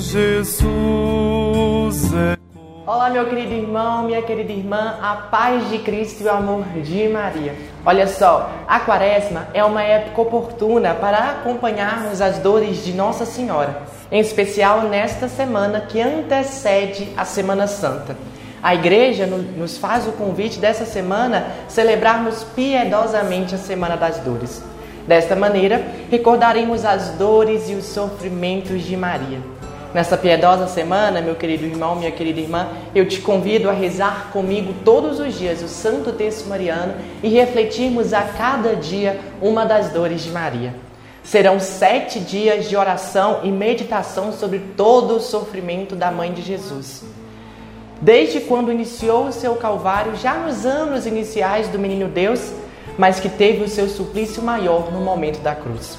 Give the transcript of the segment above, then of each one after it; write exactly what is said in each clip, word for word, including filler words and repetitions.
Jesus é... Olá, meu querido irmão, minha querida irmã, a paz de Cristo e o amor de Maria. Olha só, a Quaresma é uma época oportuna para acompanharmos as dores de Nossa Senhora, em especial nesta semana que antecede a Semana Santa. A Igreja nos faz o convite dessa semana celebrarmos piedosamente a Semana das Dores. Desta maneira, recordaremos as dores e os sofrimentos de Maria. Nessa piedosa semana, meu querido irmão, minha querida irmã, eu te convido a rezar comigo todos os dias o Santo Terço Mariano e refletirmos a cada dia uma das dores de Maria. Serão sete dias de oração e meditação sobre todo o sofrimento da Mãe de Jesus. Desde quando iniciou o seu Calvário, já nos anos iniciais do Menino Deus, mas que teve o seu suplício maior no momento da cruz.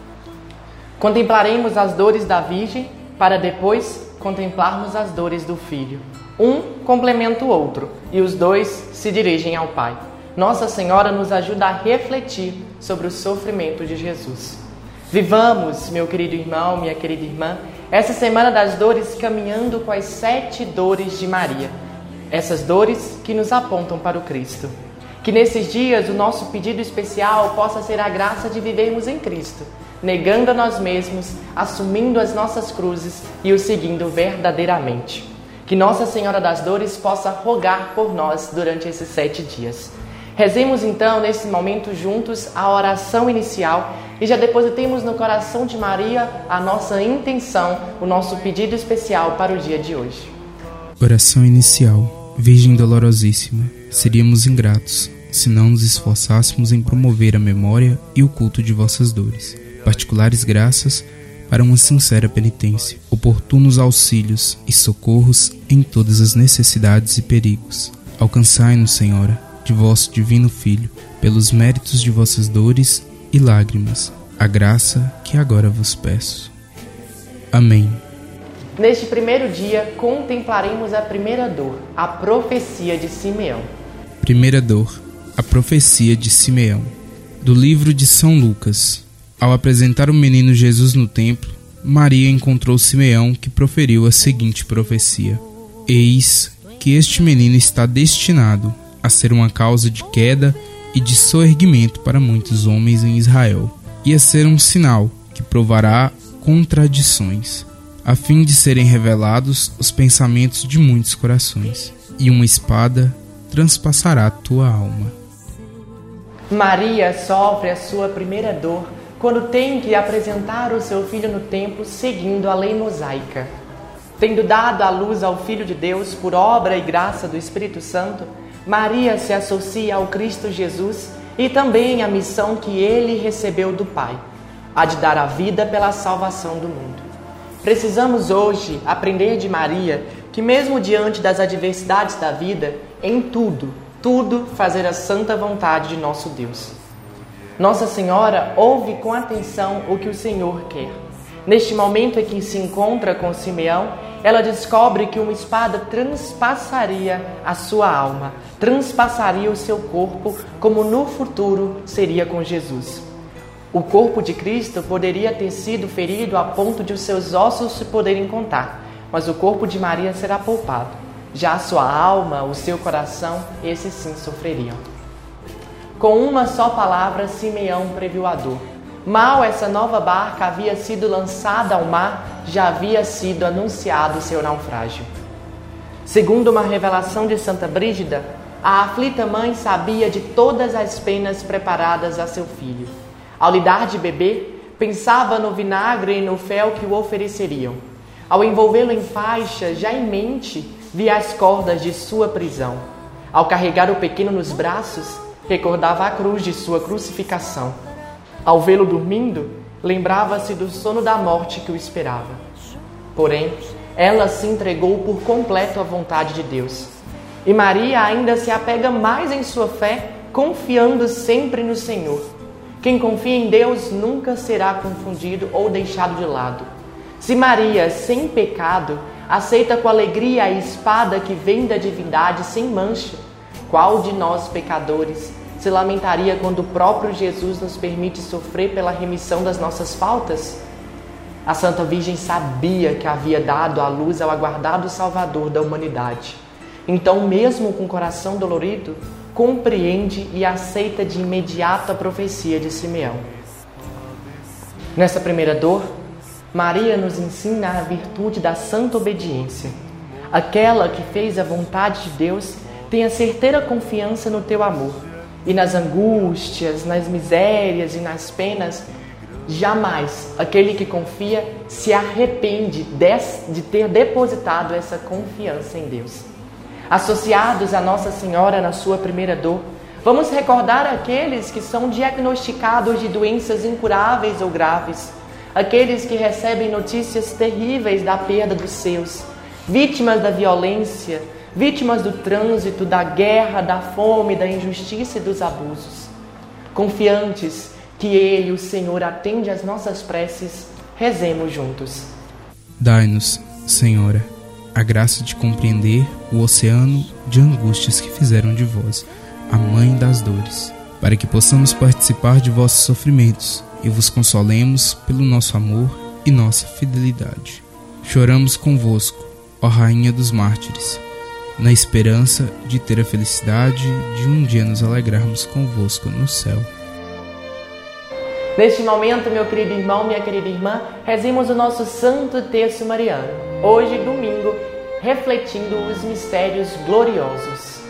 Contemplaremos as dores da Virgem, para depois contemplarmos as dores do Filho. Um complementa o outro e os dois se dirigem ao Pai. Nossa Senhora nos ajuda a refletir sobre o sofrimento de Jesus. Vivamos, meu querido irmão, minha querida irmã, essa Semana das Dores caminhando com as sete dores de Maria. Essas dores que nos apontam para o Cristo. Que nesses dias o nosso pedido especial possa ser a graça de vivermos em Cristo, negando a nós mesmos, assumindo as nossas cruzes e o seguindo verdadeiramente. Que Nossa Senhora das Dores possa rogar por nós durante esses sete dias. Rezemos então, nesse momento, juntos, a oração inicial e já depositemos no coração de Maria a nossa intenção, o nosso pedido especial para o dia de hoje. Oração inicial. Virgem Dolorosíssima, seríamos ingratos se não nos esforçássemos em promover a memória e o culto de vossas dores. Particulares graças para uma sincera penitência, oportunos auxílios e socorros em todas as necessidades e perigos. Alcançai-nos, Senhora, de vosso divino Filho, pelos méritos de vossas dores e lágrimas, a graça que agora vos peço. Amém. Neste primeiro dia, contemplaremos a primeira dor, a profecia de Simeão. Primeira dor, a profecia de Simeão. Do livro de São Lucas. Ao apresentar o menino Jesus no templo, Maria encontrou Simeão, que proferiu a seguinte profecia: Eis que este menino está destinado a ser uma causa de queda e de soerguimento para muitos homens em Israel, e a ser um sinal que provará contradições, a fim de serem revelados os pensamentos de muitos corações, e uma espada transpassará tua alma. Maria sofre a sua primeira dor quando tem que apresentar o seu filho no templo seguindo a lei mosaica. Tendo dado à luz ao Filho de Deus por obra e graça do Espírito Santo, Maria se associa ao Cristo Jesus e também à missão que ele recebeu do Pai, a de dar a vida pela salvação do mundo. Precisamos hoje aprender de Maria que mesmo diante das adversidades da vida, em tudo, tudo fazer a santa vontade de nosso Deus. Nossa Senhora ouve com atenção o que o Senhor quer. Neste momento em que se encontra com Simeão, ela descobre que uma espada transpassaria a sua alma, transpassaria o seu corpo, como no futuro seria com Jesus. O corpo de Cristo poderia ter sido ferido a ponto de os seus ossos se poderem contar, mas o corpo de Maria será poupado. Já a sua alma, o seu coração, esses sim sofreriam. Com uma só palavra, Simeão previu a dor. Mal essa nova barca havia sido lançada ao mar, já havia sido anunciado o seu naufrágio. Segundo uma revelação de Santa Brígida, a aflita mãe sabia de todas as penas preparadas a seu filho. Ao lhe dar de beber, pensava no vinagre e no fel que o ofereceriam. Ao envolvê-lo em faixa, já em mente, via as cordas de sua prisão. Ao carregar o pequeno nos braços, recordava a cruz de sua crucificação. Ao vê-lo dormindo, lembrava-se do sono da morte que o esperava. Porém, ela se entregou por completo à vontade de Deus. E Maria ainda se apega mais em sua fé, confiando sempre no Senhor. Quem confia em Deus nunca será confundido ou deixado de lado. Se Maria, sem pecado, aceita com alegria a espada que vem da divindade sem mancha, qual de nós, pecadores, se lamentaria quando o próprio Jesus nos permite sofrer pela remissão das nossas faltas? A Santa Virgem sabia que havia dado à luz ao aguardado Salvador da humanidade. Então, mesmo com o coração dolorido, compreende e aceita de imediato a profecia de Simeão. Nessa primeira dor, Maria nos ensina a virtude da santa obediência. Aquela que fez a vontade de Deus tem a certeira confiança no teu amor. E nas angústias, nas misérias e nas penas, jamais aquele que confia se arrepende de ter depositado essa confiança em Deus. Associados a Nossa Senhora na sua primeira dor, vamos recordar aqueles que são diagnosticados de doenças incuráveis ou graves, aqueles que recebem notícias terríveis da perda dos seus, vítimas da violência, vítimas do trânsito, da guerra, da fome, da injustiça e dos abusos. Confiantes que Ele, o Senhor, atende às nossas preces, rezemos juntos. Dai-nos, Senhora, a graça de compreender o oceano de angústias que fizeram de vós a Mãe das Dores, para que possamos participar de vossos sofrimentos e vos consolemos pelo nosso amor e nossa fidelidade. Choramos convosco, ó Rainha dos Mártires, na esperança de ter a felicidade de um dia nos alegrarmos convosco no céu. Neste momento, meu querido irmão, minha querida irmã, rezemos o nosso Santo Terço Mariano, hoje, domingo, refletindo os mistérios gloriosos.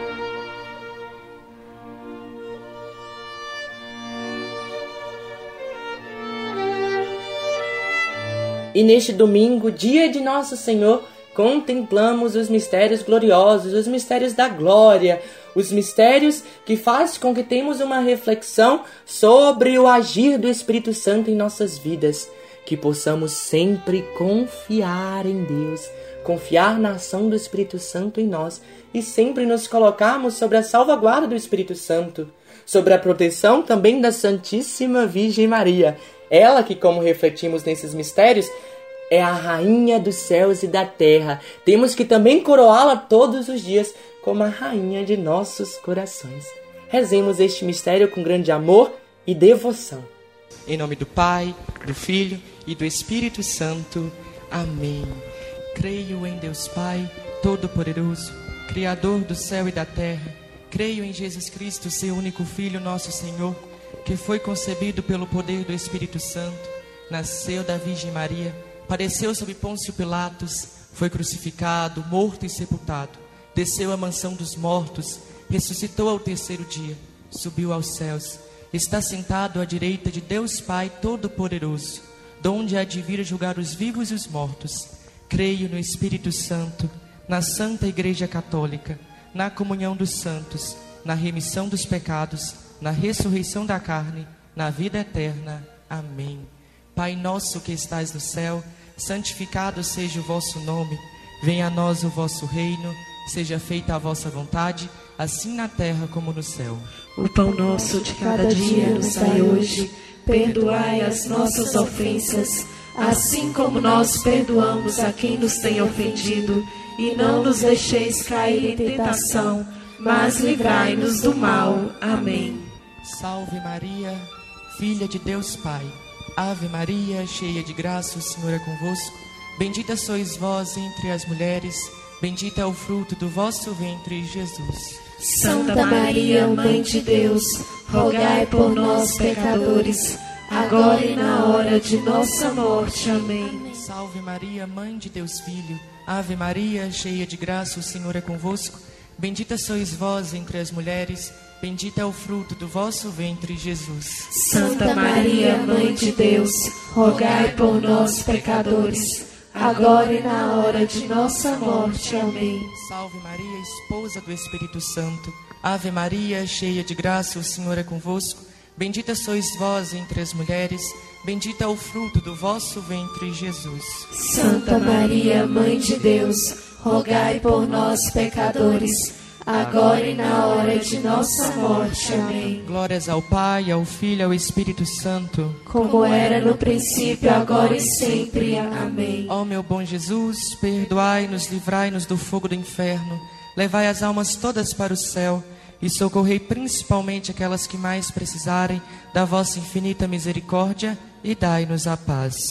E neste domingo, dia de Nosso Senhor, contemplamos os mistérios gloriosos, os mistérios da glória, os mistérios que fazem com que tenhamos uma reflexão sobre o agir do Espírito Santo em nossas vidas, que possamos sempre confiar em Deus, confiar na ação do Espírito Santo em nós e sempre nos colocarmos sobre a salvaguarda do Espírito Santo, sobre a proteção também da Santíssima Virgem Maria, ela que, como refletimos nesses mistérios, é a Rainha dos céus e da terra. Temos que também coroá-la todos os dias como a Rainha de nossos corações. Rezemos este mistério com grande amor e devoção. Em nome do Pai, do Filho e do Espírito Santo. Amém. Creio em Deus Pai, Todo-Poderoso, Criador do céu e da terra. Creio em Jesus Cristo, seu único Filho, nosso Senhor, que foi concebido pelo poder do Espírito Santo, nasceu da Virgem Maria, padeceu sob Pôncio Pilatos, foi crucificado, morto e sepultado, desceu à mansão dos mortos, ressuscitou ao terceiro dia, subiu aos céus, está sentado à direita de Deus Pai Todo-Poderoso, donde há de vir julgar os vivos e os mortos. Creio no Espírito Santo, na Santa Igreja Católica, na comunhão dos santos, na remissão dos pecados, na ressurreição da carne, na vida eterna. Amém. Pai nosso que estais no céu, santificado seja o vosso nome. Venha a nós o vosso reino, seja feita a vossa vontade, assim na terra como no céu. O pão nosso de cada dia nos dai hoje. Perdoai as nossas ofensas, assim como nós perdoamos a quem nos tem ofendido. E não nos deixeis cair em tentação, mas livrai-nos do mal. Amém. Salve Maria, filha de Deus Pai. Ave Maria, cheia de graça, o Senhor é convosco. Bendita sois vós entre as mulheres, bendito é o fruto do vosso ventre, Jesus. Santa Maria, Mãe de Deus, rogai por nós, pecadores, agora e na hora de nossa morte. Amém. Salve Maria, Mãe de Deus Filho. Ave Maria, cheia de graça, o Senhor é convosco. Bendita sois vós entre as mulheres, bendito é o fruto do vosso ventre, Jesus. Santa Maria, Mãe de Deus, rogai por nós, pecadores, agora e na hora de nossa morte. Amém. Salve Maria, esposa do Espírito Santo. Ave Maria, cheia de graça, o Senhor é convosco. Bendita sois vós entre as mulheres, bendito é o fruto do vosso ventre, Jesus. Santa Maria, Mãe de Deus, rogai por nós, pecadores, agora e na hora de nossa morte. Amém. Glórias ao Pai, ao Filho e ao Espírito Santo, como era no princípio, agora e sempre. Amém. Ó meu bom Jesus, perdoai-nos, livrai-nos do fogo do inferno, levai as almas todas para o céu e socorrei principalmente aquelas que mais precisarem da vossa infinita misericórdia, e dai-nos a paz.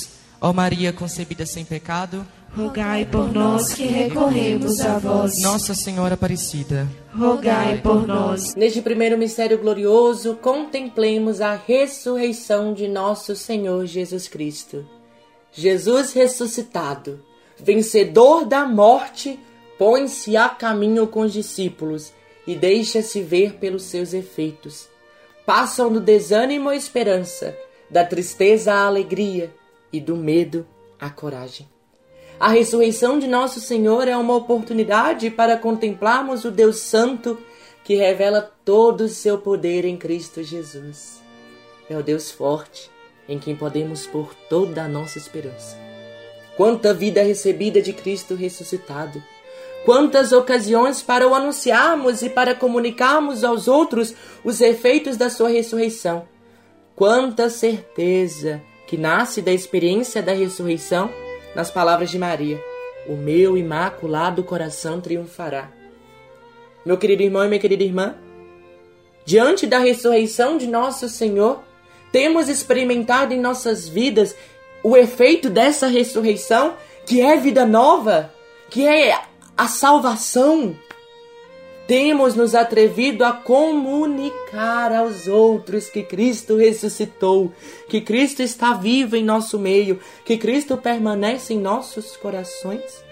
Ó Maria concebida sem pecado, rogai por nós que recorremos a vós. Nossa Senhora Aparecida, rogai por nós. Neste primeiro mistério glorioso, contemplemos a ressurreição de nosso Senhor Jesus Cristo. Jesus ressuscitado, vencedor da morte, põe-se a caminho com os discípulos e deixa-se ver pelos seus efeitos. Passam do desânimo à esperança, da tristeza à alegria e do medo à coragem. A ressurreição de nosso Senhor é uma oportunidade para contemplarmos o Deus Santo que revela todo o seu poder em Cristo Jesus. É o Deus forte em quem podemos pôr toda a nossa esperança. Quanta vida recebida de Cristo ressuscitado! Quantas ocasiões para o anunciarmos e para comunicarmos aos outros os efeitos da sua ressurreição! Quanta certeza que nasce da experiência da ressurreição nas palavras de Maria: o meu imaculado coração triunfará. Meu querido irmão e minha querida irmã, diante da ressurreição de nosso Senhor, temos experimentado em nossas vidas o efeito dessa ressurreição, que é vida nova, que é a salvação. Temos nos atrevido a comunicar aos outros que Cristo ressuscitou, que Cristo está vivo em nosso meio, que Cristo permanece em nossos corações?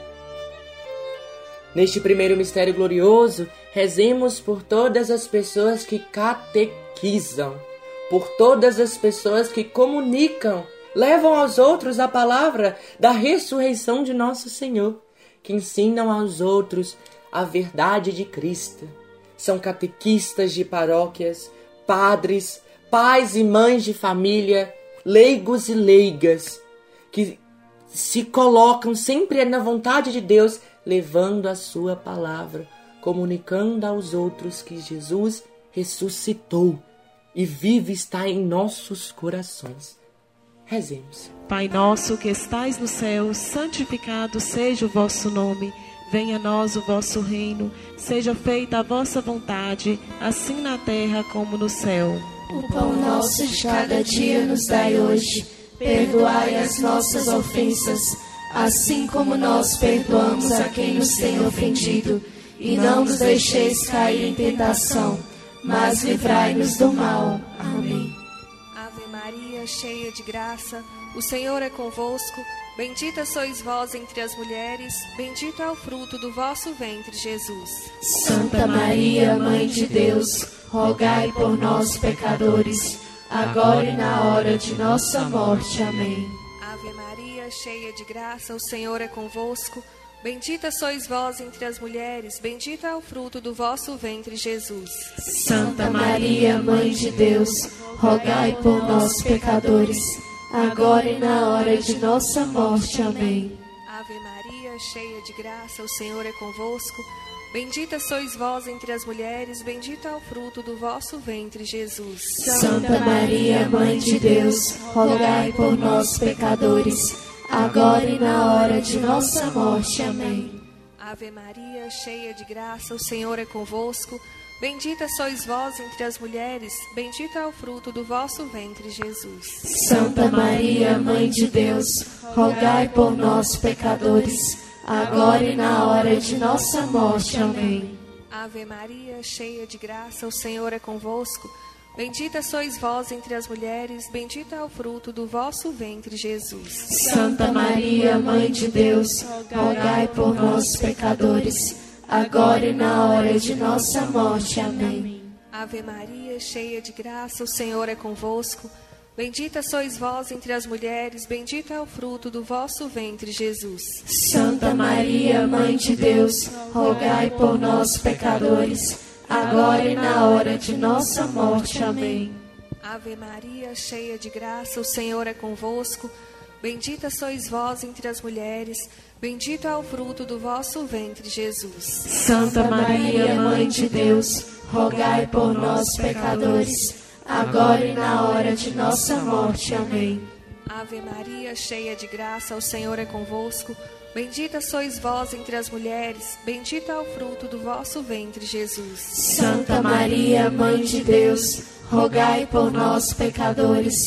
Neste primeiro mistério glorioso, rezemos por todas as pessoas que catequizam, por todas as pessoas que comunicam, levam aos outros a palavra da ressurreição de nosso Senhor, que ensinam aos outros a verdade de Cristo. São catequistas de paróquias, padres, pais e mães de família, leigos e leigas, que se colocam sempre na vontade de Deus, levando a sua palavra, comunicando aos outros que Jesus ressuscitou e vive está em nossos corações. Rezemos. Pai nosso que estais no céu, santificado seja o vosso nome. Venha a nós o vosso reino, seja feita a vossa vontade, assim na terra como no céu. O pão nosso de cada dia nos dai hoje. Perdoai as nossas ofensas, assim como nós perdoamos a quem nos tem ofendido. E não nos deixeis cair em tentação, mas livrai-nos do mal. Amém. Ave Maria, cheia de graça, o Senhor é convosco. Bendita sois vós entre as mulheres, bendito é o fruto do vosso ventre, Jesus. Santa Maria, Mãe de Deus, rogai por nós, pecadores, agora e na hora de nossa morte. Amém. Ave Maria, cheia de graça, o Senhor é convosco. Bendita sois vós entre as mulheres, bendito é o fruto do vosso ventre, Jesus. Santa Maria, Mãe de Deus, rogai por nós, pecadores, agora e na hora de nossa morte. Amém. Ave Maria, cheia de graça, o Senhor é convosco. Bendita sois vós entre as mulheres, bendito é o fruto do vosso ventre, Jesus. Santa Maria, Mãe de Deus, rogai por nós, pecadores, agora e na hora de nossa morte. Amém. Ave Maria, cheia de graça, o Senhor é convosco. Bendita sois vós entre as mulheres, bendito é o fruto do vosso ventre, Jesus. Santa Maria, Mãe de Deus, rogai por nós, pecadores, agora e na hora de nossa morte. Amém. Ave Maria, cheia de graça, o Senhor é convosco. Bendita sois vós entre as mulheres, bendito é o fruto do vosso ventre, Jesus. Santa Maria, Mãe de Deus, rogai por nós, pecadores, agora e na hora de nossa morte. Amém. Ave Maria, cheia de graça, o Senhor é convosco. Bendita sois vós entre as mulheres, bendito é o fruto do vosso ventre, Jesus. Santa Maria, Mãe de Deus, rogai por nós, pecadores, agora e na hora de nossa morte. Amém. Ave Maria, cheia de graça, o Senhor é convosco. Bendita sois vós entre as mulheres, bendito é o fruto do vosso ventre, Jesus. Santa Maria, Mãe de Deus, rogai por nós, pecadores, agora e na hora de nossa morte. Amém. Ave Maria, cheia de graça, o Senhor é convosco. Bendita sois vós entre as mulheres, bendito é o fruto do vosso ventre, Jesus. Santa Maria, Mãe de Deus, rogai por nós, pecadores,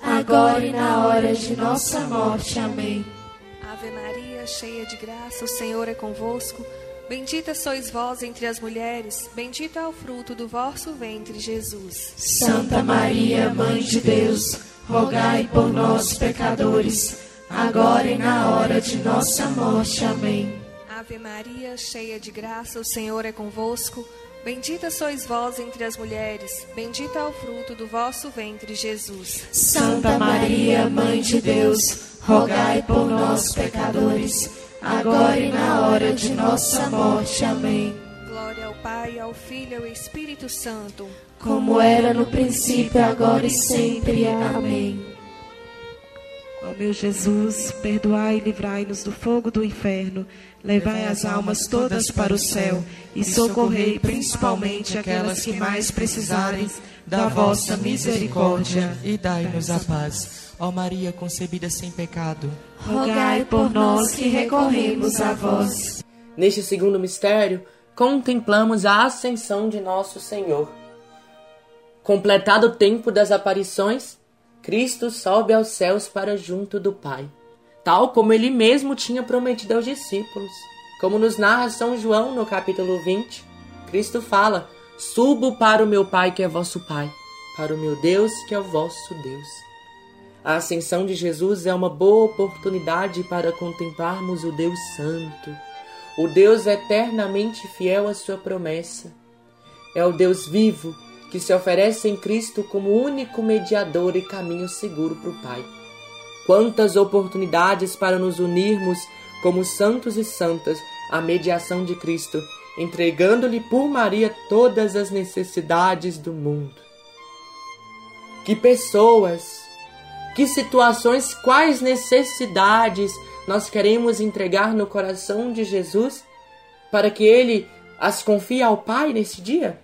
agora e na hora de nossa morte. Amém. Ave Maria, cheia de graça, o Senhor é convosco. Bendita sois vós entre as mulheres, bendito é o fruto do vosso ventre, Jesus. Santa Maria, Mãe de Deus, rogai por nós, pecadores, agora e na hora de nossa morte. Amém. Ave Maria, cheia de graça, o Senhor é convosco. Bendita sois vós entre as mulheres, bendito é o fruto do vosso ventre, Jesus. Santa Maria, Mãe de Deus, rogai por nós, pecadores, agora e na hora de nossa morte. Amém. Glória ao Pai, ao Filho e ao Espírito Santo, como era no princípio, agora e sempre. Amém. Ó meu Jesus, perdoai e livrai-nos do fogo do inferno, levai as almas todas para o céu e socorrei principalmente aquelas que mais precisarem da vossa misericórdia. E dai-nos a paz. Ó Maria concebida sem pecado, rogai por nós que recorremos a vós. Neste segundo mistério, contemplamos a ascensão de nosso Senhor. Completado o tempo das aparições, Cristo sobe aos céus para junto do Pai, tal como ele mesmo tinha prometido aos discípulos. Como nos narra São João no capítulo vinte, Cristo fala: subo para o meu Pai que é vosso Pai, para o meu Deus que é o vosso Deus. A ascensão de Jesus é uma boa oportunidade para contemplarmos o Deus Santo, o Deus eternamente fiel à sua promessa. É o Deus vivo que se oferece em Cristo como único mediador e caminho seguro para o Pai. Quantas oportunidades para nos unirmos como santos e santas à mediação de Cristo, entregando-lhe por Maria todas as necessidades do mundo. Que pessoas, que situações, quais necessidades nós queremos entregar no coração de Jesus para que Ele as confie ao Pai nesse dia?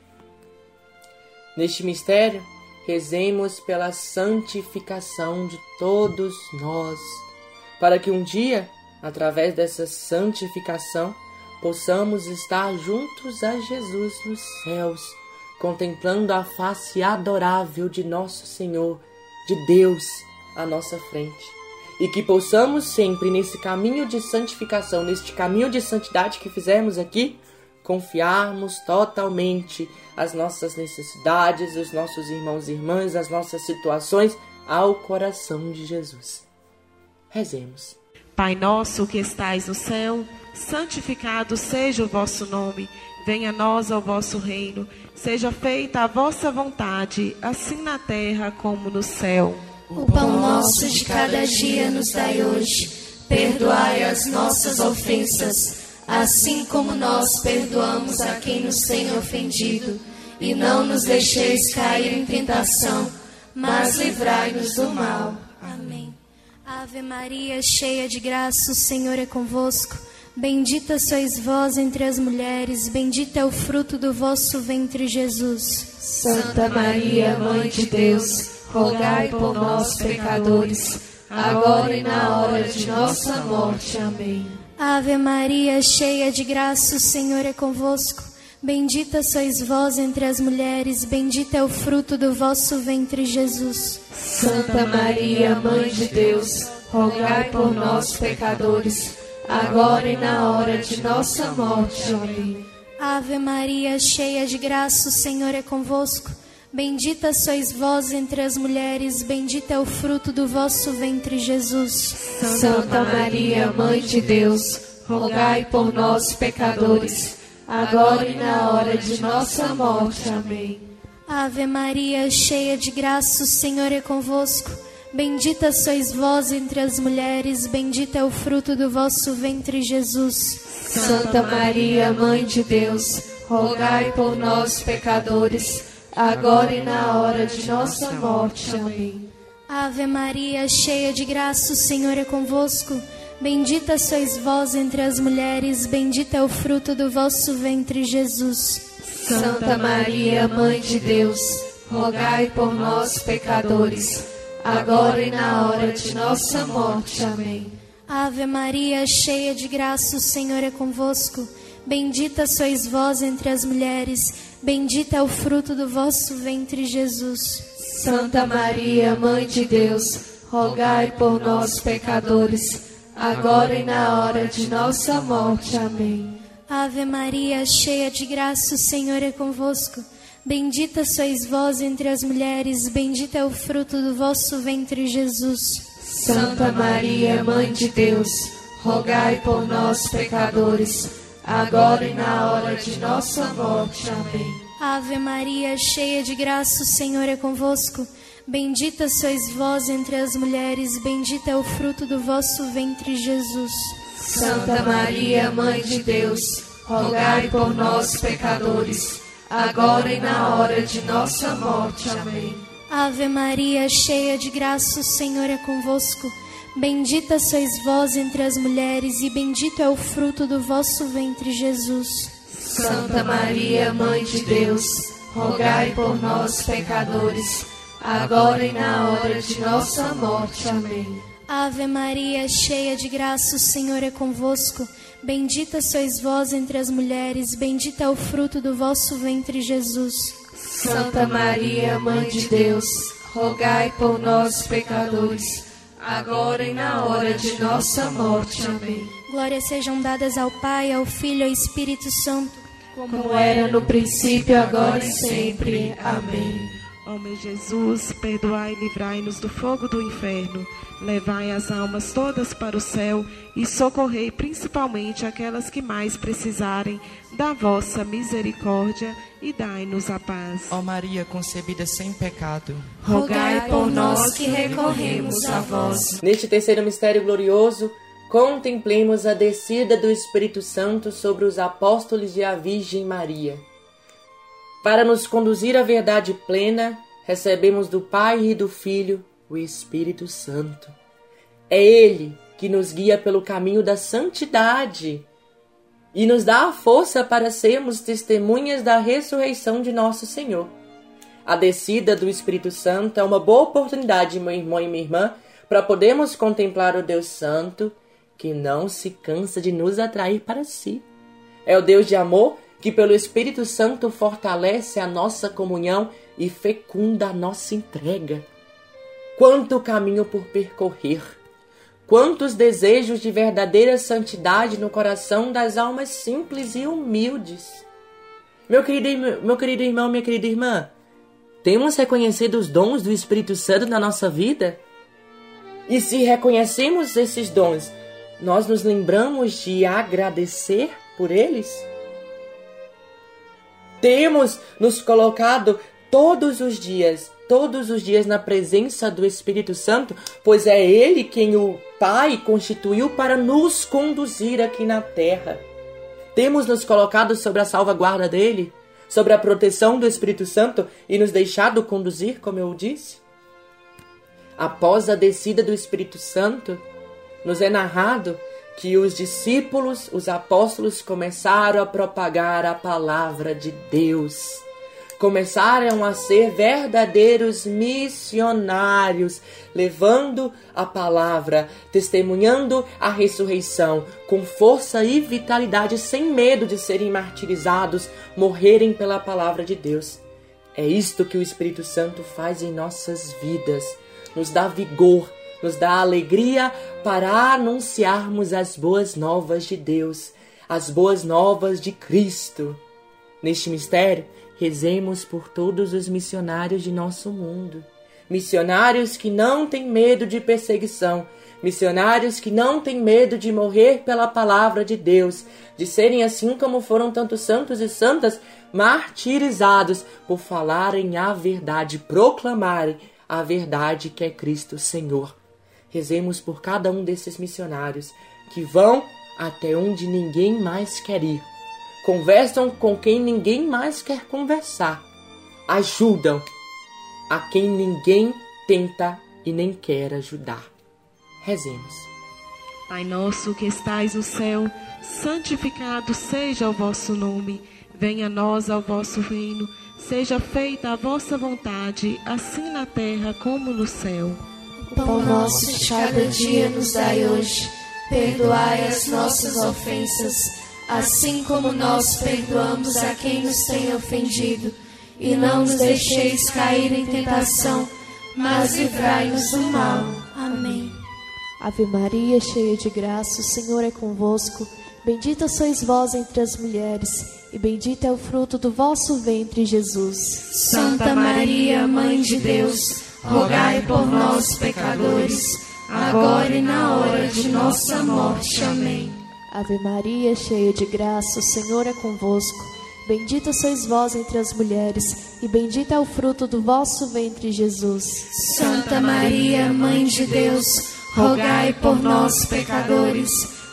Neste mistério, rezemos pela santificação de todos nós, para que um dia, através dessa santificação, possamos estar juntos a Jesus nos céus, contemplando a face adorável de nosso Senhor, de Deus, à nossa frente. E que possamos sempre, nesse caminho de santificação, neste caminho de santidade que fizemos aqui, confiarmos totalmente as nossas necessidades, os nossos irmãos e irmãs, as nossas situações ao coração de Jesus. Rezemos. Pai nosso que estais no céu, santificado seja o vosso nome. Venha a nós o vosso reino. Seja feita a vossa vontade, assim na terra como no céu. O pão nosso de cada dia nos dai hoje. Perdoai as nossas ofensas, assim como nós perdoamos a quem nos tem ofendido. E não nos deixeis cair em tentação, mas livrai-nos do mal. Amém. Ave Maria, cheia de graça, o Senhor é convosco. Bendita sois vós entre as mulheres, bendito é o fruto do vosso ventre, Jesus. Santa Maria, Mãe de Deus, rogai por nós, pecadores, agora e na hora de nossa morte. Amém. Ave Maria, cheia de graça, o Senhor é convosco. Bendita sois vós entre as mulheres, bendito é o fruto do vosso ventre, Jesus. Santa Maria, Mãe de Deus, rogai por nós, pecadores, agora e na hora de nossa morte. Amém. Ave Maria, cheia de graça, o Senhor é convosco. Bendita sois vós entre as mulheres, bendito é o fruto do vosso ventre, Jesus. Santa Maria, Mãe de Deus, rogai por nós, pecadores, agora e na hora de nossa morte. Amém. Ave Maria, cheia de graça, o Senhor é convosco. Bendita sois vós entre as mulheres, bendito é o fruto do vosso ventre, Jesus. Santa Maria, Mãe de Deus, rogai por nós, pecadores, agora e na hora de nossa morte. Amém. Ave Maria, cheia de graça, o Senhor é convosco. Bendita sois vós entre as mulheres, bendito é o fruto do vosso ventre, Jesus. Santa Maria, Mãe de Deus, rogai por nós, pecadores, agora e na hora de nossa morte. Amém. Ave Maria, cheia de graça, o Senhor é convosco. Bendita sois vós entre as mulheres, bendito é o fruto do vosso ventre, Jesus. Santa Maria, Mãe de Deus, rogai por nós, pecadores, agora e na hora de nossa morte. Amém. Ave Maria, cheia de graça, o Senhor é convosco. Bendita sois vós entre as mulheres, bendito é o fruto do vosso ventre, Jesus. Santa Maria, Mãe de Deus, rogai por nós, pecadores, agora e na hora de nossa morte. Amém. Ave Maria, cheia de graça, o Senhor é convosco. Bendita sois vós entre as mulheres, bendito é o fruto do vosso ventre, Jesus. Santa Maria, Mãe de Deus, rogai por nós, pecadores, agora e na hora de nossa morte. Amém. Ave Maria, cheia de graça, o Senhor é convosco. Bendita sois vós entre as mulheres, e bendito é o fruto do vosso ventre, Jesus. Santa Maria, Mãe de Deus, rogai por nós, pecadores, agora e na hora de nossa morte. Amém. Ave Maria, cheia de graça, o Senhor é convosco. Bendita sois vós entre as mulheres, bendito é o fruto do vosso ventre, Jesus. Santa Maria, Mãe de Deus, rogai por nós, pecadores, agora e na hora de nossa morte. Amém. Glórias sejam dadas ao Pai, ao Filho e ao Espírito Santo, como era no princípio, agora e sempre. Amém. Ó meu Jesus, perdoai e livrai-nos do fogo do inferno, levai as almas todas para o céu e socorrei principalmente aquelas que mais precisarem da vossa misericórdia e dai-nos a paz. Ó Maria concebida sem pecado, rogai por nós que recorremos a vós. Neste terceiro mistério glorioso, contemplemos a descida do Espírito Santo sobre os apóstolos e a Virgem Maria. Para nos conduzir à verdade plena, recebemos do Pai e do Filho o Espírito Santo. É Ele que nos guia pelo caminho da santidade e nos dá a força para sermos testemunhas da ressurreição de nosso Senhor. A descida do Espírito Santo é uma boa oportunidade, meu irmão e minha irmã, para podermos contemplar o Deus Santo, que não se cansa de nos atrair para si. É o Deus de amor que pelo Espírito Santo fortalece a nossa comunhão e fecunda a nossa entrega. Quanto caminho por percorrer! Quantos desejos de verdadeira santidade no coração das almas simples e humildes! Meu querido, meu querido irmão, minha querida irmã, temos reconhecido os dons do Espírito Santo na nossa vida? E se reconhecemos esses dons, nós nos lembramos de agradecer por eles? Temos nos colocado todos os dias, todos os dias na presença do Espírito Santo, pois é Ele quem o Pai constituiu para nos conduzir aqui na terra. Temos nos colocado sobre a salvaguarda dele, sobre a proteção do Espírito Santo e nos deixado conduzir, como eu disse? Após a descida do Espírito Santo, nos é narrado que os discípulos, os apóstolos, começaram a propagar a palavra de Deus. Começaram a ser verdadeiros missionários, levando a palavra, testemunhando a ressurreição, com força e vitalidade, sem medo de serem martirizados, morrerem pela palavra de Deus. É isto que o Espírito Santo faz em nossas vidas, nos dá vigor, nos dá alegria para anunciarmos as boas novas de Deus, as boas novas de Cristo. Neste mistério, rezemos por todos os missionários de nosso mundo. Missionários que não têm medo de perseguição, missionários que não têm medo de morrer pela palavra de Deus, de serem assim como foram tantos santos e santas martirizados por falarem a verdade, proclamarem a verdade que é Cristo Senhor. Rezemos por cada um desses missionários que vão até onde ninguém mais quer ir. Conversam com quem ninguém mais quer conversar. Ajudam a quem ninguém tenta e nem quer ajudar. Rezemos. Pai nosso que estais no céu, santificado seja o vosso nome. Venha a nós ao vosso reino. Seja feita a vossa vontade, assim na terra como no céu. O pão nosso de cada dia nos dai hoje. Perdoai as nossas ofensas, assim como nós perdoamos a quem nos tem ofendido. E não nos deixeis cair em tentação, mas livrai-nos do mal. Amém. Ave Maria, cheia de graça, o Senhor é convosco. Bendita sois vós entre as mulheres, e bendito é o fruto do vosso ventre, Jesus. Santa Maria, Mãe de Deus, rogai por nós, pecadores, agora e na hora de nossa morte. Amém. Ave Maria, cheia de graça, o Senhor é convosco. Bendita sois vós entre as mulheres, e bendito é o fruto do vosso ventre, Jesus. Santa Maria, Mãe de Deus, rogai por nós, pecadores,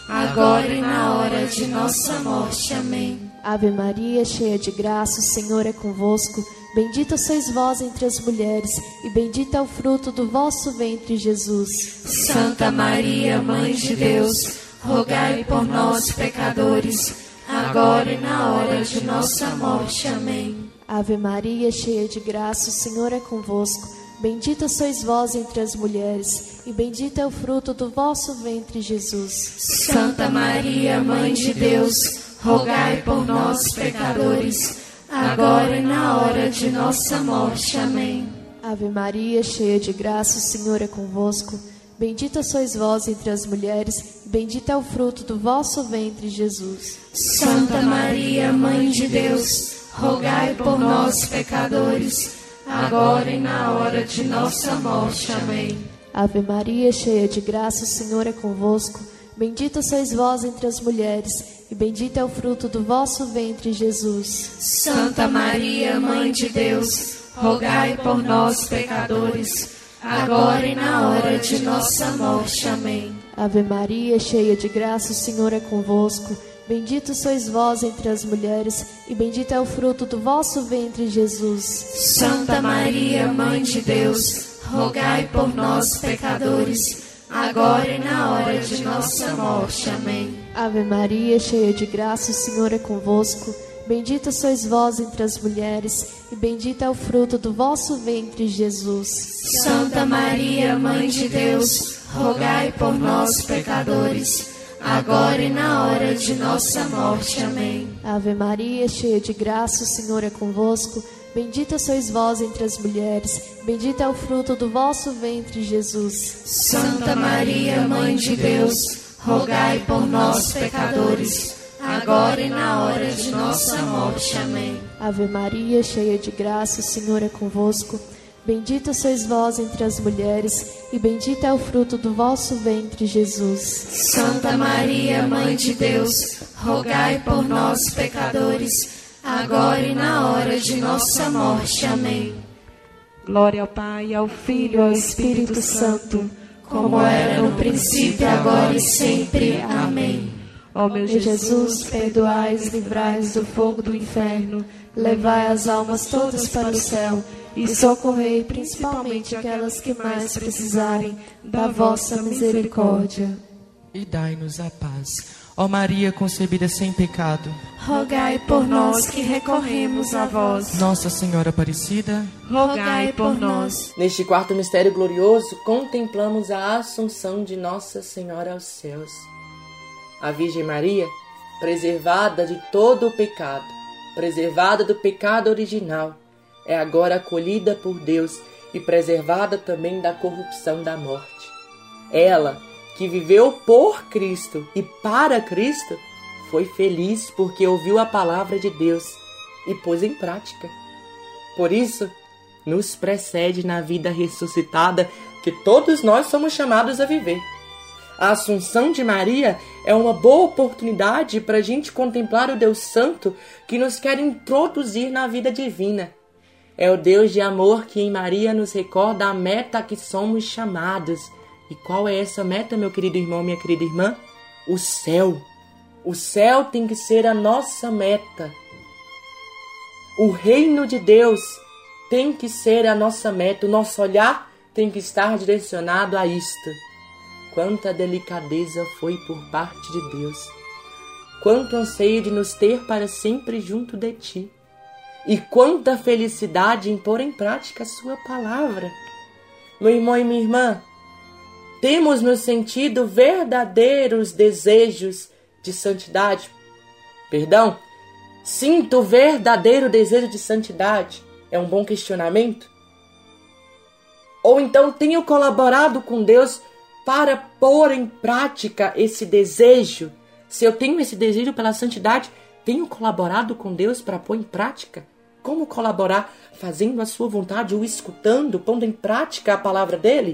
agora e na hora de nossa morte. Amém. Ave Maria, cheia de graça, o Senhor é convosco. Bendita sois vós entre as mulheres, e bendito é o fruto do vosso ventre, Jesus. Santa Maria, Mãe de Deus, rogai por nós, pecadores, agora e na hora de nossa morte. Amém. Ave Maria, cheia de graça, o Senhor é convosco. Bendita sois vós entre as mulheres, e bendito é o fruto do vosso ventre, Jesus. Santa Maria, Mãe de Deus, rogai por nós, pecadores, agora e na hora de nossa morte. Amém. Ave Maria, cheia de graça, o Senhor é convosco. Bendita sois vós entre as mulheres, e bendito é o fruto do vosso ventre, Jesus. Santa Maria, Mãe de Deus, rogai por nós, pecadores, agora e na hora de nossa morte. Amém. Ave Maria, cheia de graça, o Senhor é convosco. Bendita sois vós entre as mulheres, e bendito é o fruto do vosso ventre, Jesus. Santa Maria, Mãe de Deus, rogai por nós, pecadores, agora e na hora de nossa morte. Amém. Ave Maria, cheia de graça, o Senhor é convosco. Bendito sois vós entre as mulheres, e bendito é o fruto do vosso ventre, Jesus. Santa Maria, Mãe de Deus, rogai por nós, pecadores, agora e na hora de nossa morte. Amém. Ave Maria, cheia de graça, o Senhor é convosco. Bendita sois vós entre as mulheres, e bendito é o fruto do vosso ventre, Jesus. Santa Maria, Mãe de Deus, rogai por nós, pecadores, agora e na hora de nossa morte. Amém. Ave Maria, cheia de graça, o Senhor é convosco. Bendita sois vós entre as mulheres, bendito é o fruto do vosso ventre, Jesus. Santa Maria, Mãe de Deus, rogai por nós, pecadores, agora e na hora de nossa morte. Amém. Ave Maria, cheia de graça, o Senhor é convosco. Bendita sois vós entre as mulheres, e bendito é o fruto do vosso ventre, Jesus. Santa Maria, Mãe de Deus, rogai por nós, pecadores, agora e na hora de nossa morte. Amém. Glória ao Pai, ao Filho e ao Espírito Santo, como era no princípio, agora e sempre. Amém. Ó meu Jesus, perdoai, livrai do fogo do inferno, levai as almas todas para o céu e socorrei principalmente aquelas que mais precisarem da vossa misericórdia. E dai-nos a paz. Ó Maria concebida sem pecado, rogai por nós que recorremos a vós. Nossa Senhora Aparecida, rogai por nós. Neste quarto mistério glorioso, contemplamos a Assunção de Nossa Senhora aos céus. A Virgem Maria, preservada de todo o pecado, preservada do pecado original, é agora acolhida por Deus e preservada também da corrupção da morte. Ela, que viveu por Cristo e para Cristo, foi feliz porque ouviu a palavra de Deus e pôs em prática. Por isso, nos precede na vida ressuscitada que todos nós somos chamados a viver. A Assunção de Maria é uma boa oportunidade para a gente contemplar o Deus Santo que nos quer introduzir na vida divina. É o Deus de amor que em Maria nos recorda a meta a que somos chamados. E qual é essa meta, meu querido irmão, minha querida irmã? O céu. O céu tem que ser a nossa meta. O reino de Deus tem que ser a nossa meta. O nosso olhar tem que estar direcionado a isto. Quanta delicadeza foi por parte de Deus. Quanto anseio de nos ter para sempre junto de Ti. E quanta felicidade em pôr em prática a Sua palavra. Meu irmão e minha irmã, temos no sentido verdadeiros desejos de santidade? perdão? Sinto verdadeiro desejo de santidade? É um bom questionamento. Ou então tenho colaborado com Deus para pôr em prática esse desejo? Se eu tenho esse desejo pela santidade, tenho colaborado com Deus para pôr em prática? Como colaborar? Fazendo a sua vontade ou escutando, pondo em prática a palavra dele?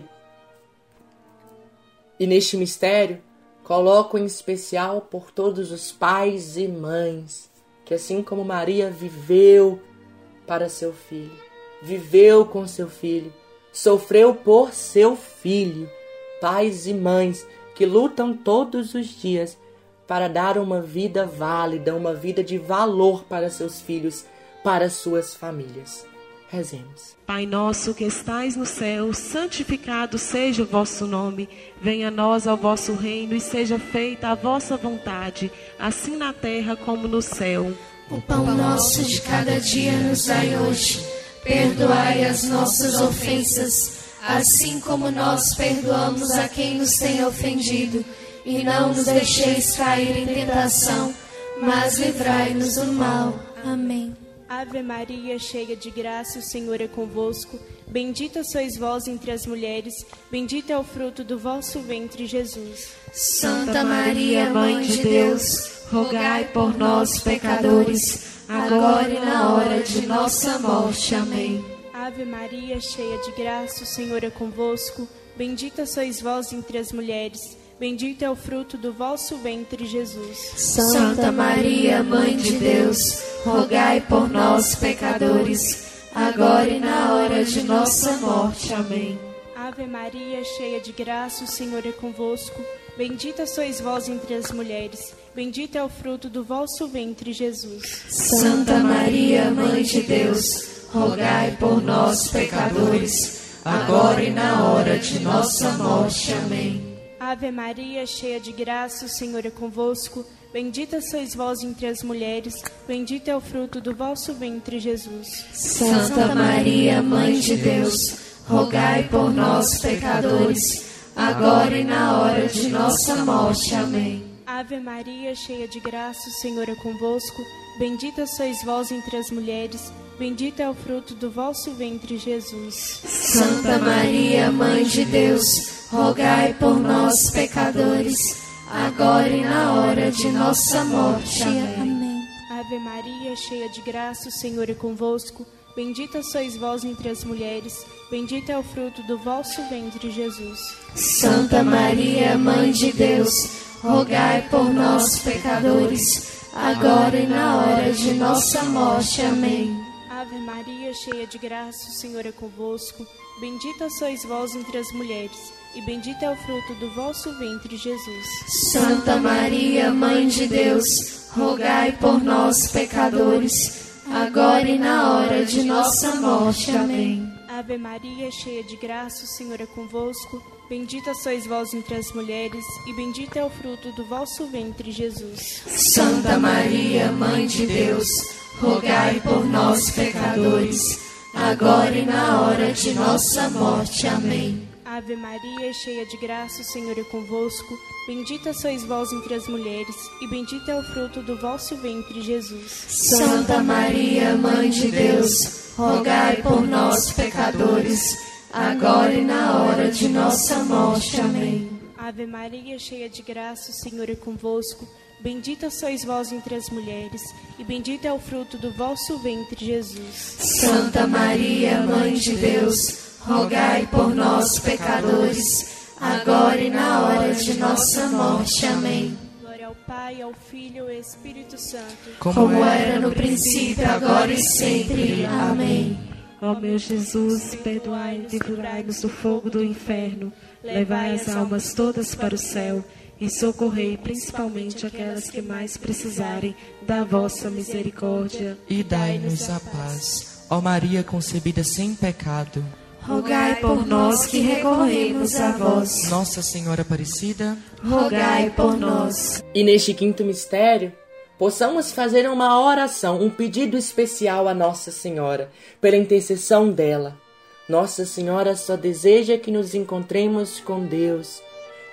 E neste mistério, coloco em especial por todos os pais e mães, que assim como Maria viveu para seu filho, viveu com seu filho, sofreu por seu filho, pais e mães que lutam todos os dias para dar uma vida válida, uma vida de valor para seus filhos, para suas famílias. Rezemos. Pai nosso que estais no céu, santificado seja o vosso nome. Venha a nós ao vosso reino e seja feita a vossa vontade, assim na terra como no céu. O pão nosso de cada dia nos dai hoje. Perdoai as nossas ofensas, assim como nós perdoamos a quem nos tem ofendido. E não nos deixeis cair em tentação, mas livrai-nos do mal. Amém. Ave Maria, cheia de graça, o Senhor é convosco. Bendita sois vós entre as mulheres, bendito é o fruto do vosso ventre, Jesus. Santa Maria, Mãe de Deus, rogai por nós, pecadores, agora e na hora de nossa morte. Amém. Ave Maria, cheia de graça, o Senhor é convosco. Bendita sois vós entre as mulheres, bendito é o fruto do vosso ventre, Jesus. Santa Maria, Mãe de Deus, rogai por nós, pecadores, agora e na hora de nossa morte. Amém. Ave Maria, cheia de graça, o Senhor é convosco. Bendita sois vós entre as mulheres, bendito é o fruto do vosso ventre, Jesus. Santa Maria, Mãe de Deus, rogai por nós, pecadores, agora e na hora de nossa morte. Amém. Ave Maria, cheia de graça, o Senhor é convosco. Bendita sois vós entre as mulheres, bendito é o fruto do vosso ventre, Jesus. Santa Maria, Mãe de Deus, rogai por nós, pecadores, agora e na hora de nossa morte. Amém. Ave Maria, cheia de graça, o Senhor é convosco. Bendita sois vós entre as mulheres, bendito é o fruto do vosso ventre, Jesus. Santa Maria, Mãe de Deus, rogai por nós, pecadores, agora e na hora de nossa morte. Amém. Ave Maria, cheia de graça, o Senhor é convosco. Bendita sois vós entre as mulheres, bendito é o fruto do vosso ventre, Jesus. Santa Maria, Mãe de Deus, rogai por nós, pecadores, agora e na hora de nossa morte. Amém. Ave Maria, cheia de graça, o Senhor é convosco. Bendita sois vós entre as mulheres, e bendito é o fruto do vosso ventre, Jesus. Santa Maria, Mãe de Deus, rogai por nós, pecadores, agora e na hora de nossa morte. Amém. Ave Maria, cheia de graça, o Senhor é convosco. Bendita sois vós entre as mulheres, e bendito é o fruto do vosso ventre, Jesus. Santa Maria, Mãe de Deus, rogai por nós, pecadores, agora e na hora de nossa morte. Amém. Ave Maria, cheia de graça, o Senhor é convosco. Bendita sois vós entre as mulheres, e bendito é o fruto do vosso ventre, Jesus. Santa Maria, Mãe de Deus, rogai por nós, pecadores, agora e na hora de nossa morte. Amém. Ave Maria, cheia de graça, o Senhor é convosco. Bendita sois vós entre as mulheres, e bendito é o fruto do vosso ventre, Jesus. Santa Maria, Mãe de Deus, rogai por nós, pecadores, agora e na hora de nossa morte. Amém. Glória ao Pai, ao Filho e ao Espírito Santo, como era no princípio, agora e sempre. Amém. Ó meu Jesus, perdoai-nos e livrai-nos do fogo do inferno, levai as almas todas para o céu e socorrei principalmente aquelas que mais precisarem da vossa misericórdia. E dai-nos a paz. Ó Maria concebida sem pecado, rogai por nós que recorremos a vós. Nossa Senhora Aparecida, rogai por nós. E neste quinto mistério, possamos fazer uma oração, um pedido especial a Nossa Senhora, pela intercessão dela. Nossa Senhora só deseja que nos encontremos com Deus,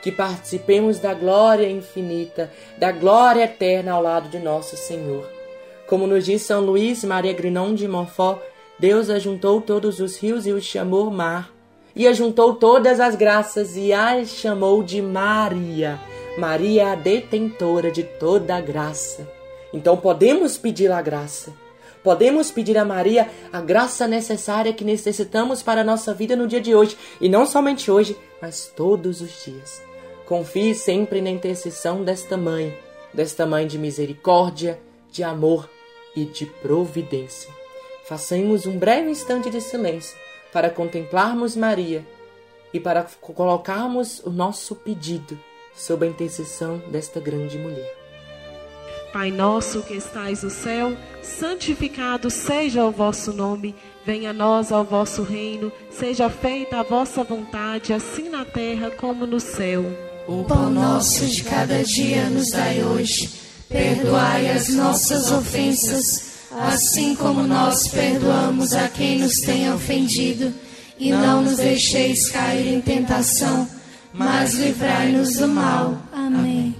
que participemos da glória infinita, da glória eterna ao lado de nosso Senhor. Como nos diz São Luís Maria Grignon de Montfort, Deus ajuntou todos os rios e os chamou mar, e ajuntou todas as graças e as chamou de Maria. Maria é a detentora de toda a graça. Então podemos pedir a graça. Podemos pedir a Maria a graça necessária que necessitamos para a nossa vida no dia de hoje. E não somente hoje, mas todos os dias. Confie sempre na intercessão desta mãe, desta mãe de misericórdia, de amor e de providência. Façamos um breve instante de silêncio para contemplarmos Maria e para colocarmos o nosso pedido sob a intercessão desta grande mulher. Pai nosso que estais no céu, santificado seja o vosso nome. Venha a nós ao vosso reino, seja feita a vossa vontade, assim na terra como no céu. O pão nosso de cada dia nos dai hoje. Perdoai as nossas ofensas, assim como nós perdoamos a quem nos tem ofendido. E não nos deixeis cair em tentação, mas livrai-nos do mal. Amém.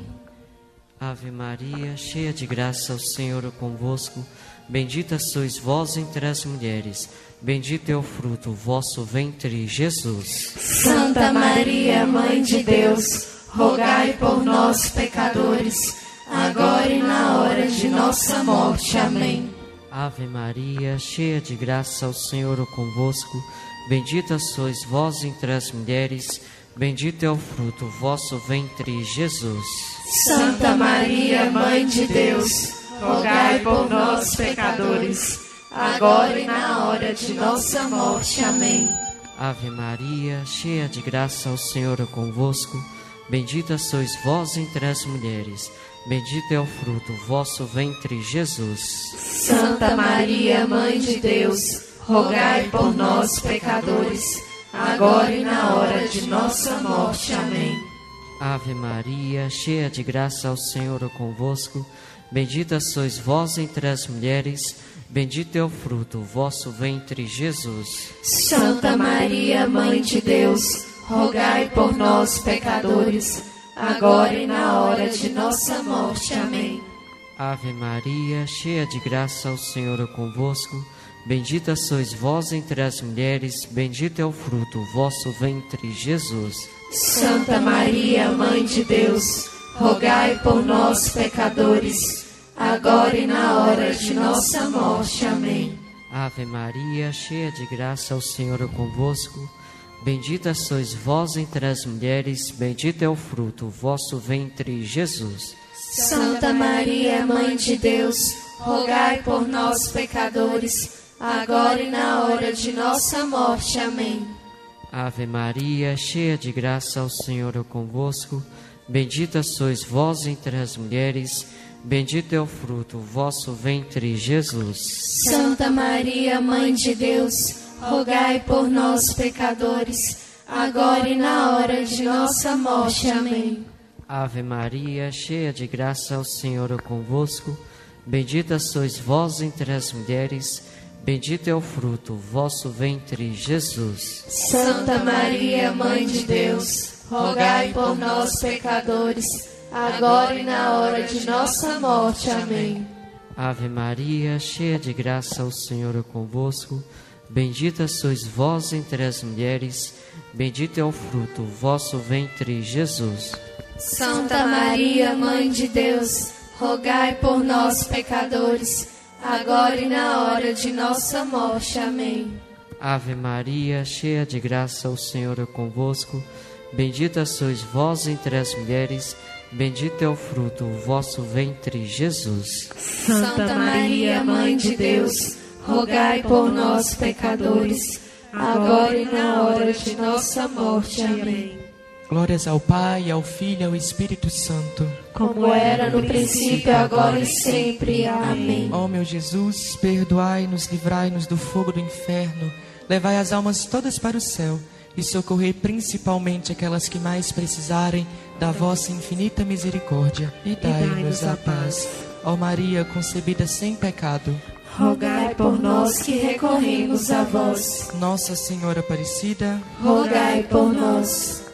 Ave Maria, cheia de graça, o Senhor é convosco. Bendita sois vós entre as mulheres, bendito é o fruto do vosso ventre, Jesus. Santa Maria, Mãe de Deus, rogai por nós, pecadores, agora e na hora de nossa morte. Amém. Ave Maria, cheia de graça, o Senhor é convosco. Bendita sois vós entre as mulheres, bendito é o fruto do vosso ventre, Jesus. Santa Maria, Mãe de Deus, rogai por nós, pecadores, agora e na hora de nossa morte. Amém. Ave Maria, cheia de graça, o Senhor é convosco. Bendita sois vós entre as mulheres, bendito é o fruto do vosso ventre, Jesus. Santa Maria, Mãe de Deus, rogai por nós, pecadores, agora e na hora de nossa morte. Amém. Ave Maria, cheia de graça, o Senhor é convosco. Bendita sois vós entre as mulheres, bendito é o fruto do vosso ventre, Jesus. Santa Maria, Mãe de Deus, rogai por nós, pecadores, agora e na hora de nossa morte. Amém. Ave Maria, cheia de graça, o Senhor é convosco. Bendita sois vós entre as mulheres, bendito é o fruto do vosso ventre, Jesus. Santa Maria, Mãe de Deus, rogai por nós, pecadores, agora e na hora de nossa morte. Amém. Ave Maria, cheia de graça, o Senhor é convosco. Bendita sois vós entre as mulheres, bendito é o fruto do vosso ventre, Jesus. Santa Maria, Mãe de Deus, rogai por nós, pecadores, agora e na hora de nossa morte. Amém. Ave Maria, cheia de graça, o Senhor é convosco. Bendita sois vós entre as mulheres, bendito é o fruto do vosso ventre, Jesus. Santa Maria, Mãe de Deus, rogai por nós, pecadores, agora e na hora de nossa morte. Amém. Ave Maria, cheia de graça, o Senhor é convosco. Bendita sois vós entre as mulheres, bendito é o fruto do vosso ventre, Jesus. Santa Maria, Mãe de Deus, rogai por nós, pecadores, agora e na hora de nossa morte. Amém. Ave Maria, cheia de graça, o Senhor é convosco. Bendita sois vós entre as mulheres, bendito é o fruto do vosso ventre, Jesus. Santa Maria, Mãe de Deus, rogai por nós, pecadores, agora e na hora de nossa morte. Amém. Ave Maria, cheia de graça, o Senhor é convosco. Bendita sois vós entre as mulheres, bendito é o fruto do vosso ventre, Jesus. Santa Maria, Mãe de Deus, rogai por nós, pecadores, agora e na hora de nossa morte. Amém. Glórias ao Pai, ao Filho e ao Espírito Santo, como era no princípio, agora e sempre. Amém. Ó meu Jesus, perdoai-nos, livrai-nos do fogo do inferno, levai as almas todas para o céu e socorrei principalmente aquelas que mais precisarem da vossa infinita misericórdia. E dai-nos a paz. Ó Maria, concebida sem pecado, rogai por nós que recorremos a vós. Nossa Senhora Aparecida, rogai por nós.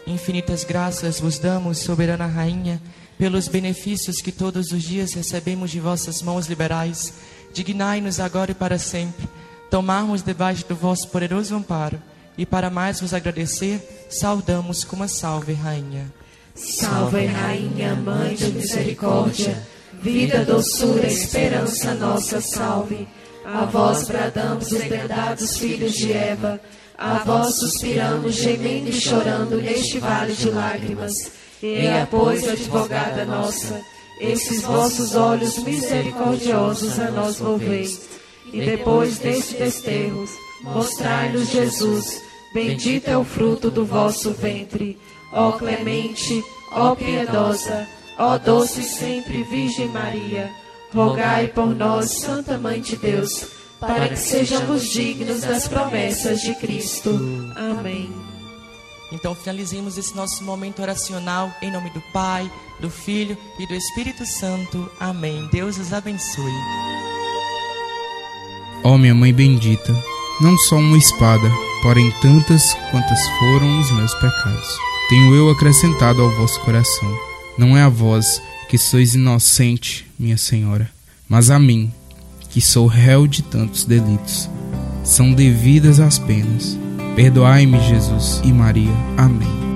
Infinitas graças vos damos, soberana Rainha, pelos benefícios que todos os dias recebemos de vossas mãos liberais. Dignai-nos agora e para sempre tomarmos debaixo do vosso poderoso amparo, e para mais vos agradecer, saudamos com uma salve, Rainha. Salve, Rainha, Mãe de misericórdia, vida, doçura, esperança nossa, salve. A vós bradamos os degradados filhos de Eva, a vós suspiramos, gemendo e chorando neste vale de lágrimas. Eia, pois, advogada nossa, esses vossos olhos misericordiosos a nós volveis, e depois deste desterro, mostrai-nos Jesus, bendito é o fruto do vosso ventre. Ó clemente, ó piedosa, ó doce sempre Virgem Maria, rogai por nós, Santa Mãe de Deus, para que sejamos dignos das promessas de Cristo. Amém. Então finalizemos esse nosso momento oracional em nome do Pai, do Filho e do Espírito Santo. Amém. Deus os abençoe. Ó minha Mãe bendita, não só uma espada, porém tantas quantas foram os meus pecados, tenho eu acrescentado ao vosso coração. Não é a vós que sois inocente, minha Senhora, mas a mim, que sou réu de tantos delitos. São devidas as penas. Perdoai-me, Jesus e Maria. Amém.